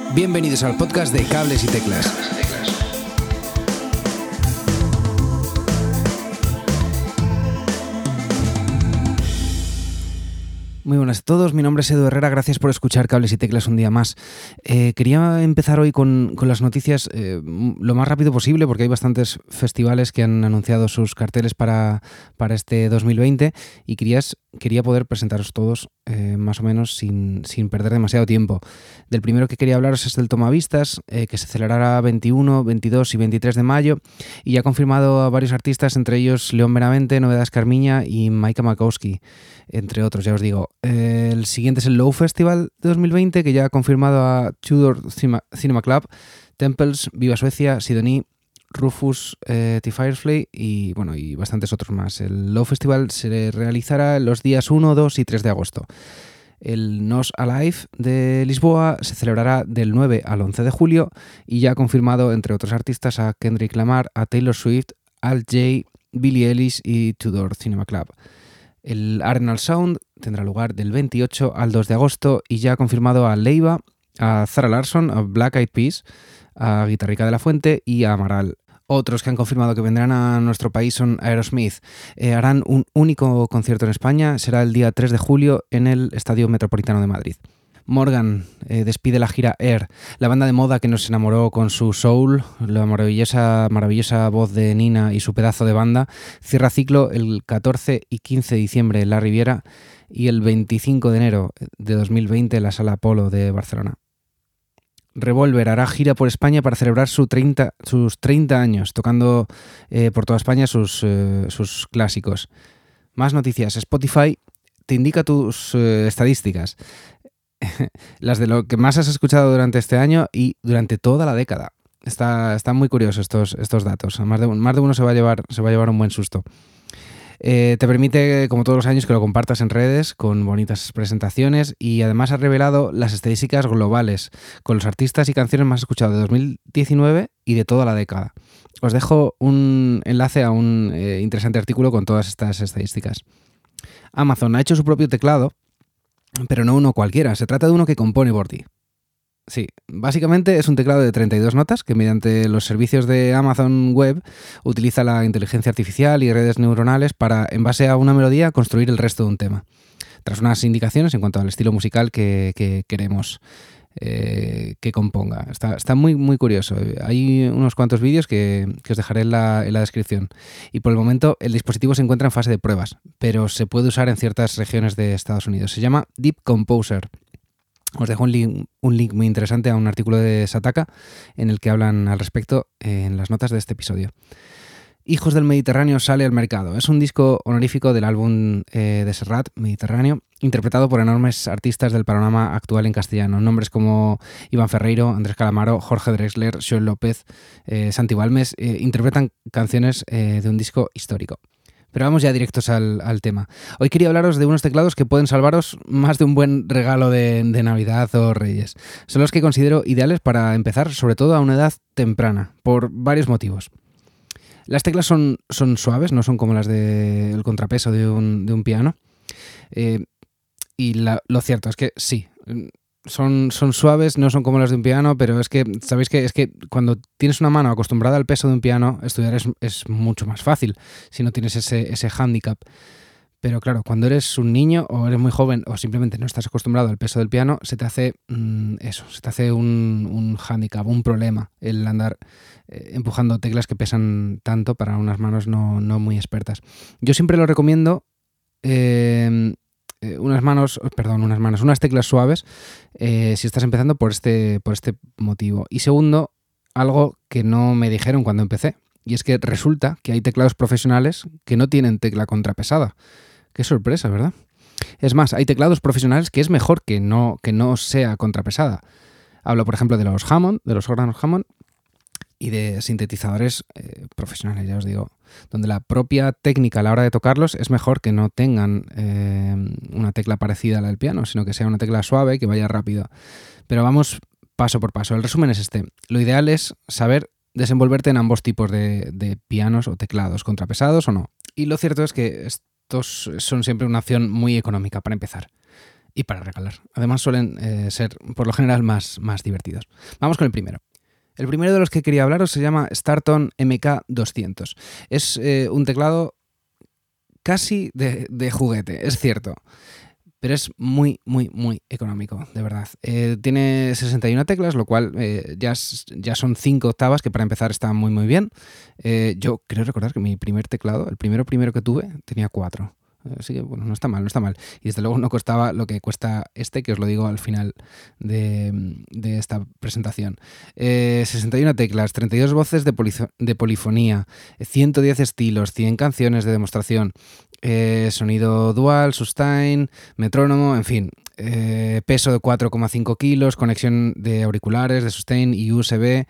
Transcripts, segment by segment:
Bienvenidos al podcast de Cables y Teclas. Muy buenas a todos, mi nombre es Edu Herrera, gracias por escuchar Cables y Teclas un día más. Quería empezar hoy con las noticias lo más rápido posible porque hay bastantes festivales que han anunciado sus carteles para este 2020 y quería poder presentaros todos más o menos sin perder demasiado tiempo. Del primero que quería hablaros es del Tomavistas, que se celebrará 21, 22 y 23 de mayo y ya ha confirmado a varios artistas, entre ellos León Benavente, Novedades Carmiña y Maika Makowski, entre otros, ya os digo. El siguiente es el Low Festival de 2020, que ya ha confirmado a Tudor Cinema Club, Temples, Viva Suecia, Sidonie, Rufus, T-Firefly y bastantes otros más. El Low Festival se realizará los días 1, 2 y 3 de agosto. El Nos Alive de Lisboa se celebrará del 9 al 11 de julio y ya ha confirmado, entre otros artistas, a Kendrick Lamar, a Taylor Swift, Al Jay, Billie Eilish y Tudor Cinema Club. El Arenal Sound tendrá lugar del 28 al 2 de agosto y ya ha confirmado a Leiva, a Zara Larsson, a Black Eyed Peas, a Guitarrica de la Fuente y a Amaral. Otros que han confirmado que vendrán a nuestro país son Aerosmith. Harán un único concierto en España, será el día 3 de julio en el Estadio Metropolitano de Madrid. Morgan despide la gira Air, la banda de moda que nos enamoró con su soul, la maravillosa voz de Nina y su pedazo de banda. Cierra ciclo el 14 y 15 de diciembre en La Riviera y el 25 de enero de 2020 en la Sala Apolo de Barcelona. Revolver hará gira por España para celebrar sus 30 años, tocando por toda España sus clásicos. Más noticias. Spotify te indica tus estadísticas. Las de lo que más has escuchado durante este año y durante toda la década. Está muy curioso estos datos. Más de uno se va a llevar un buen susto. Te permite, como todos los años, que lo compartas en redes con bonitas presentaciones y además ha revelado las estadísticas globales con los artistas y canciones más escuchados de 2019 y de toda la década. Os dejo un enlace a un interesante artículo con todas estas estadísticas. Amazon ha hecho su propio teclado, pero no uno cualquiera, se trata de uno que compone por ti. Sí, básicamente es un teclado de 32 notas que mediante los servicios de Amazon Web utiliza la inteligencia artificial y redes neuronales para, en base a una melodía, construir el resto de un tema, tras unas indicaciones en cuanto al estilo musical que queremos que componga. Está muy, muy curioso. Hay unos cuantos vídeos que os dejaré en la descripción. Y por el momento el dispositivo se encuentra en fase de pruebas, pero se puede usar en ciertas regiones de Estados Unidos. Se llama Deep Composer. Os dejo un link muy interesante a un artículo de Sataka en el que hablan al respecto en las notas de este episodio. Hijos del Mediterráneo sale al mercado. Es un disco honorífico del álbum de Serrat, Mediterráneo, interpretado por enormes artistas del panorama actual en castellano. Nombres como Iván Ferreiro, Andrés Calamaro, Jorge Drexler, Joel López, Santi Balmes interpretan canciones de un disco histórico. Pero vamos ya directos al tema. Hoy quería hablaros de unos teclados que pueden salvaros más de un buen regalo de Navidad o Reyes. Son los que considero ideales para empezar, sobre todo a una edad temprana, por varios motivos. Las teclas son suaves, no son como las del contrapeso de un piano. Y lo cierto es que sí, son suaves, no son como las de un piano, pero es que, ¿sabéis qué? Es que cuando tienes una mano acostumbrada al peso de un piano, estudiar es mucho más fácil si no tienes ese hándicap. Pero claro, cuando eres un niño o eres muy joven o simplemente no estás acostumbrado al peso del piano, se te hace un hándicap, un problema el andar empujando teclas que pesan tanto para unas manos no muy expertas. Yo siempre lo recomiendo unas teclas suaves si estás empezando por este motivo. Y segundo, algo que no me dijeron cuando empecé, y es que resulta que hay teclados profesionales que no tienen tecla contrapesada. Qué sorpresa, ¿verdad? Es más, hay teclados profesionales que es mejor que no sea contrapesada. Hablo, por ejemplo, de los Hammond, de los órganos Hammond, y de sintetizadores profesionales, ya os digo, donde la propia técnica a la hora de tocarlos es mejor que no tengan una tecla parecida a la del piano, sino que sea una tecla suave que vaya rápido. Pero vamos paso por paso. El resumen es este. Lo ideal es saber desenvolverte en ambos tipos de pianos o teclados, contrapesados o no. Y lo cierto es que estos son siempre una opción muy económica para empezar. y para regalar. Además suelen ser por lo general más divertidos. Vamos con el primero. El primero de los que quería hablaros se llama Startone MK200. Es un teclado casi de juguete, es cierto, pero es muy económico, de verdad. Tiene 61 teclas, lo cual ya son 5 octavas, que para empezar está muy bien. Yo creo recordar que mi primer teclado, el primero que tuve, tenía 4. Así que, bueno, no está mal. Y desde luego no costaba lo que cuesta este, que os lo digo al final de esta presentación. 61 teclas, 32 voces de polifonía, 110 estilos, 100 canciones de demostración, sonido dual, sustain, metrónomo, en fin. Peso de 4,5 kilos, conexión de auriculares, de sustain y USB.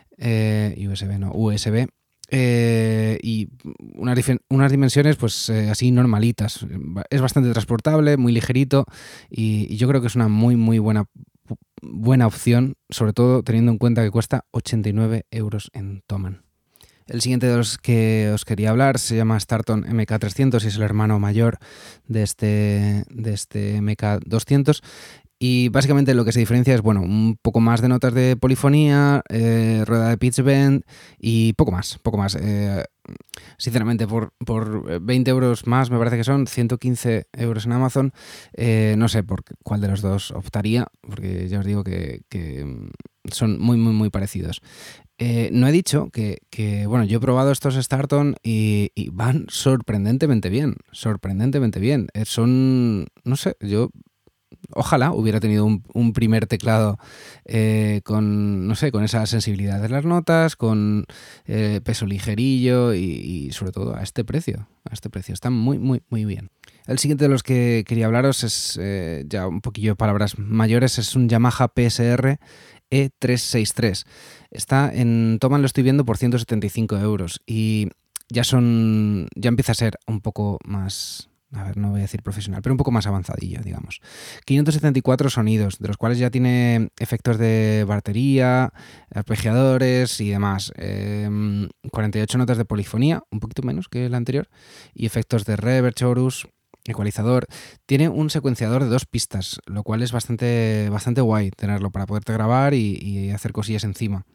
USB. Y unas dimensiones pues así normalitas. Es bastante transportable, muy ligerito y yo creo que es una muy buena opción, sobre todo teniendo en cuenta que cuesta 89 euros en Thomann. El siguiente de los que os quería hablar se llama Startone MK300 y es el hermano mayor de este MK200. Y básicamente lo que se diferencia es, bueno, un poco más de notas de polifonía, rueda de pitch bend y poco más. Sinceramente, por 20 euros más, me parece que son 115 euros en Amazon. No sé por cuál de los dos optaría, porque ya os digo que son muy parecidos. No he dicho que, bueno, yo he probado estos Startone y van sorprendentemente bien. Son, no sé, yo ojalá hubiera tenido un primer teclado con esa sensibilidad de las notas, con peso ligerillo y sobre todo a este precio. Están muy bien. El siguiente de los que quería hablaros es ya un poquillo de palabras mayores, es un Yamaha PSR E363. Está en Thomann, lo estoy viendo por 175 euros y ya empieza a ser un poco más, a ver, no voy a decir profesional, pero un poco más avanzadillo, digamos. 574 sonidos, de los cuales ya tiene efectos de batería, arpegiadores y demás. 48 notas de polifonía, un poquito menos que el anterior, y efectos de reverb, chorus, ecualizador. Tiene un secuenciador de 2 pistas, lo cual es bastante guay tenerlo para poderte grabar y hacer cosillas encima.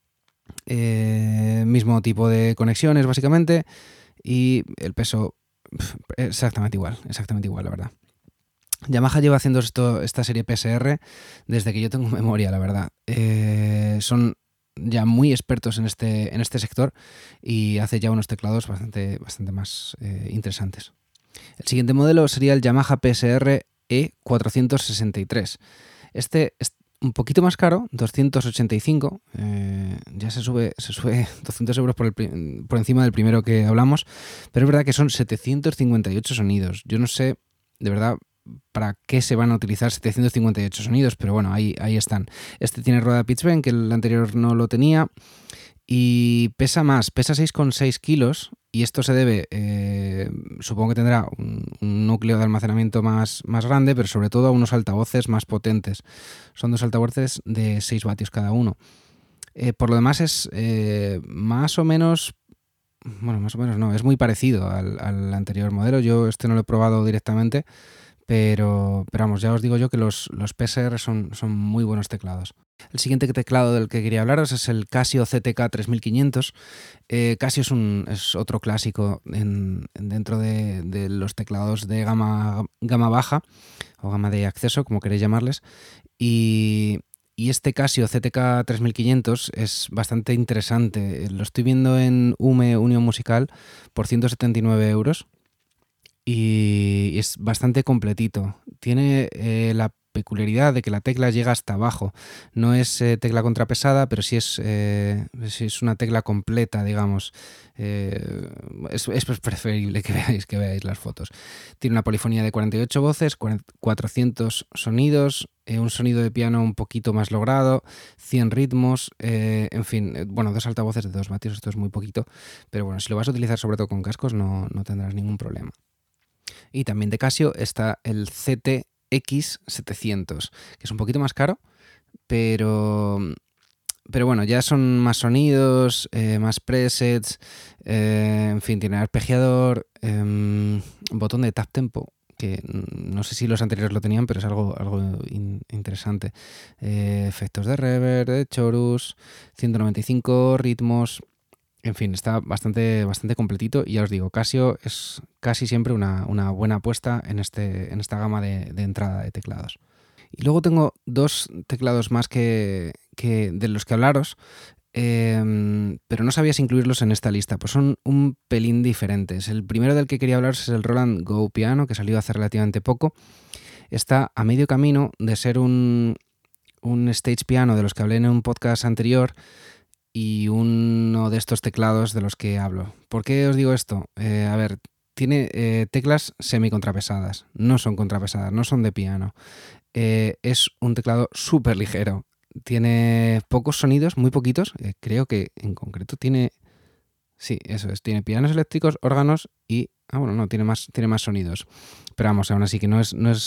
Mismo tipo de conexiones, básicamente, y el peso exactamente igual, la verdad. Yamaha lleva haciendo esta serie PSR desde que yo tengo memoria, la verdad. Son ya muy expertos en este sector y hace ya unos teclados bastante más interesantes. El siguiente modelo sería el Yamaha PSR E463. Este es un poquito más caro, 285, ya se sube 200 euros por encima del primero que hablamos, pero es verdad que son 758 sonidos. Yo no sé, de verdad, para qué se van a utilizar 758 sonidos, pero bueno, ahí están. Este tiene rueda pitch bend, que el anterior no lo tenía, y pesa 6,6 kilos, y esto se debe, supongo que tendrá un núcleo de almacenamiento más grande, pero sobre todo a unos altavoces más potentes. Son 2 altavoces de 6 vatios cada uno. Por lo demás es más o menos no, es muy parecido al anterior modelo. Yo este no lo he probado directamente, pero vamos, ya os digo yo que los PSR son muy buenos teclados. El siguiente teclado del que quería hablaros es el Casio CTK 3500. Casio es otro clásico dentro de los teclados de gama baja o gama de acceso, como queréis llamarles. Y este Casio CTK 3500 es bastante interesante. Lo estoy viendo en UME Unión Musical por 179 euros. Y es bastante completito. Tiene la peculiaridad de que la tecla llega hasta abajo. No es tecla contrapesada, pero sí es una tecla completa, digamos. Es preferible que veáis las fotos. Tiene una polifonía de 48 voces, 400 sonidos, un sonido de piano un poquito más logrado, 100 ritmos, en fin, 2 altavoces de 2 vatios, esto es muy poquito, pero bueno, si lo vas a utilizar sobre todo con cascos no tendrás ningún problema. Y también de Casio está el ZX700, que es un poquito más caro, pero bueno, ya son más sonidos, más presets, en fin, tiene arpegiador, botón de tap tempo, que no sé si los anteriores lo tenían, pero es algo interesante. Efectos de reverb, de chorus, 195 ritmos, en fin, está bastante completito y ya os digo, Casio es casi siempre una buena apuesta en esta gama de entrada de teclados. Y luego tengo dos teclados más que de los que hablaros, pero no sabía si incluirlos en esta lista, pues son un pelín diferentes. El primero del que quería hablaros es el Roland Go Piano, que salió hace relativamente poco. Está a medio camino de ser un stage piano de los que hablé en un podcast anterior y uno de estos teclados de los que hablo. ¿Por qué os digo esto? A ver, tiene teclas semi-contrapesadas, no son contrapesadas, no son de piano. Es un teclado súper ligero. Tiene pocos sonidos, muy poquitos. Creo que en concreto tiene... Sí, eso es. Tiene pianos eléctricos, órganos y... tiene más sonidos. Pero vamos, aún así que no es uno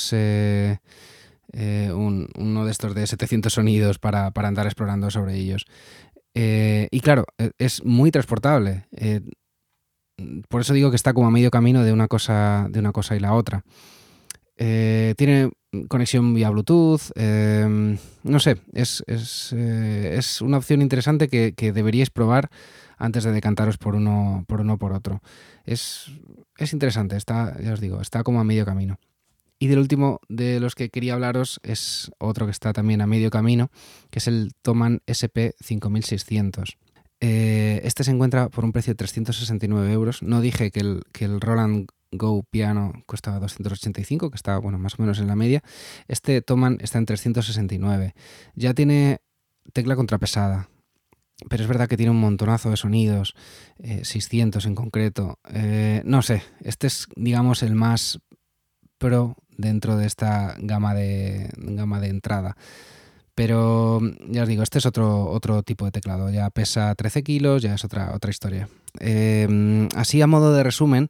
de estos de 700 sonidos para andar explorando sobre ellos. Y claro, es muy transportable. Por eso digo que está como a medio camino de una cosa y la otra. Tiene conexión vía Bluetooth, no sé, es una opción interesante que deberíais probar antes de decantaros por uno por otro. Es interesante, ya os digo, está como a medio camino. Y del último de los que quería hablaros es otro que está también a medio camino, que es el Thomann SP5600. Este se encuentra por un precio de 369 euros. No dije que el Roland Go Piano costaba 285, que está más o menos en la media. Este Thomann está en 369. Ya tiene tecla contrapesada, pero es verdad que tiene un montonazo de sonidos, 600 en concreto. No sé, este es, digamos, el más pro dentro de esta gama de entrada. Pero ya os digo, este es otro tipo de teclado. Ya pesa 13 kilos, ya es otra historia. Así a modo de resumen,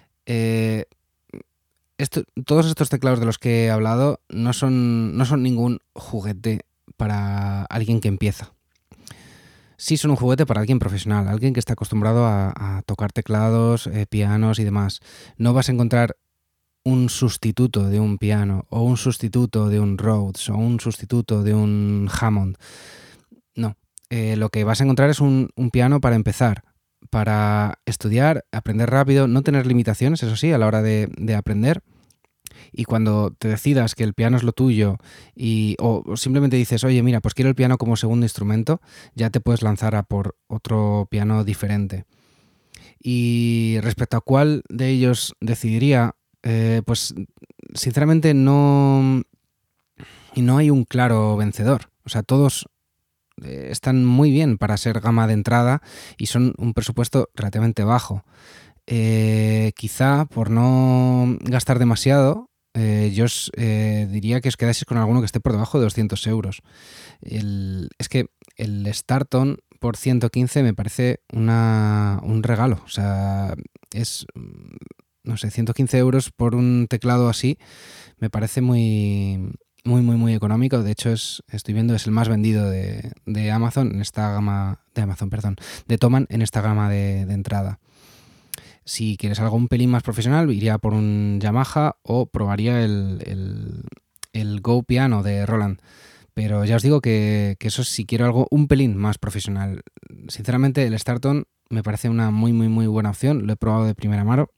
todos estos teclados de los que he hablado no son ningún juguete para alguien que empieza. Sí son un juguete para alguien profesional, alguien que está acostumbrado a tocar teclados, pianos y demás. No vas a encontrar un sustituto de un piano o un sustituto de un Rhodes o un sustituto de un Hammond. No, lo que vas a encontrar es un piano para empezar, para estudiar, aprender rápido, no tener limitaciones, eso sí, a la hora de aprender. Y cuando te decidas que el piano es lo tuyo o simplemente dices, oye, mira, pues quiero el piano como segundo instrumento, ya te puedes lanzar a por otro piano diferente. Y respecto a cuál de ellos decidiría, pues sinceramente no hay un claro vencedor. O sea, todos están muy bien para ser gama de entrada y son un presupuesto relativamente bajo. Quizá por no gastar demasiado, yo os diría que os quedáis con alguno que esté por debajo de 200 euros. Es que el Starton por 115 me parece un regalo. O sea, es... No sé, 115 euros por un teclado así me parece muy económico. De hecho, estoy viendo, es el más vendido de Amazon en esta gama de Thomann en esta gama de entrada. Si quieres algo un pelín más profesional, iría por un Yamaha o probaría el Go Piano de Roland. Pero ya os digo que eso si quiero algo un pelín más profesional. Sinceramente, el Starton me parece una muy buena opción. Lo he probado de primera mano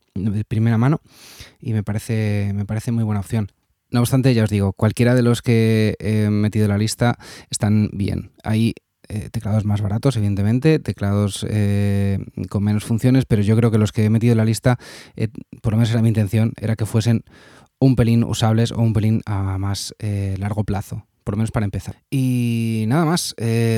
y me parece muy buena opción. No obstante, ya os digo, cualquiera de los que he metido en la lista están bien. Hay teclados más baratos, evidentemente, teclados con menos funciones, pero yo creo que los que he metido en la lista, por lo menos era mi intención, era que fuesen un pelín usables o un pelín a más largo plazo, por lo menos para empezar. Y nada más.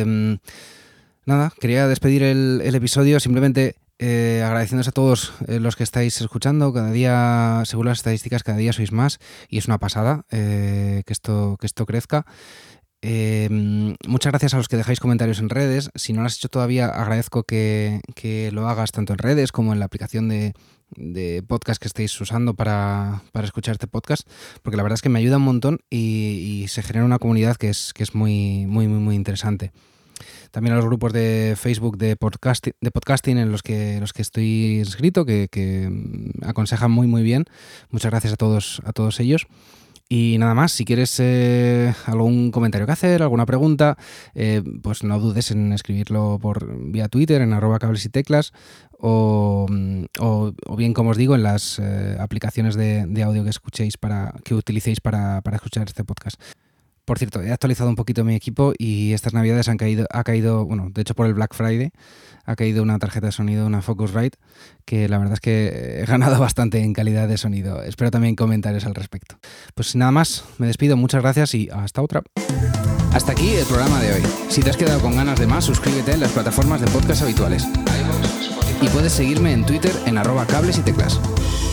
Quería despedir el episodio simplemente agradeciéndoos a todos los que estáis escuchando. Cada día, según las estadísticas, cada día sois más y es una pasada que esto crezca. Muchas gracias a los que dejáis comentarios en redes. Si no lo has hecho todavía, agradezco que lo hagas tanto en redes como en la aplicación de podcast que estéis usando para escuchar este podcast, porque la verdad es que me ayuda un montón y se genera una comunidad que es muy interesante. también a los grupos de Facebook de podcasting en los que estoy inscrito, que aconsejan muy bien. Muchas gracias a todos ellos. Y nada más, si quieres algún comentario que hacer, alguna pregunta, pues no dudes en escribirlo vía Twitter, en @cablesyteclas, o bien, como os digo, en las aplicaciones de audio que utilicéis para escuchar este podcast. Por cierto, he actualizado un poquito mi equipo y estas navidades ha caído, bueno, de hecho por el Black Friday, ha caído una tarjeta de sonido, una Focusrite, que la verdad es que he ganado bastante en calidad de sonido. Espero también comentarios al respecto. Pues nada más, me despido, muchas gracias y hasta otra. Hasta aquí el programa de hoy. Si te has quedado con ganas de más, suscríbete en las plataformas de podcast habituales. Y puedes seguirme en Twitter en @cablesyteclas.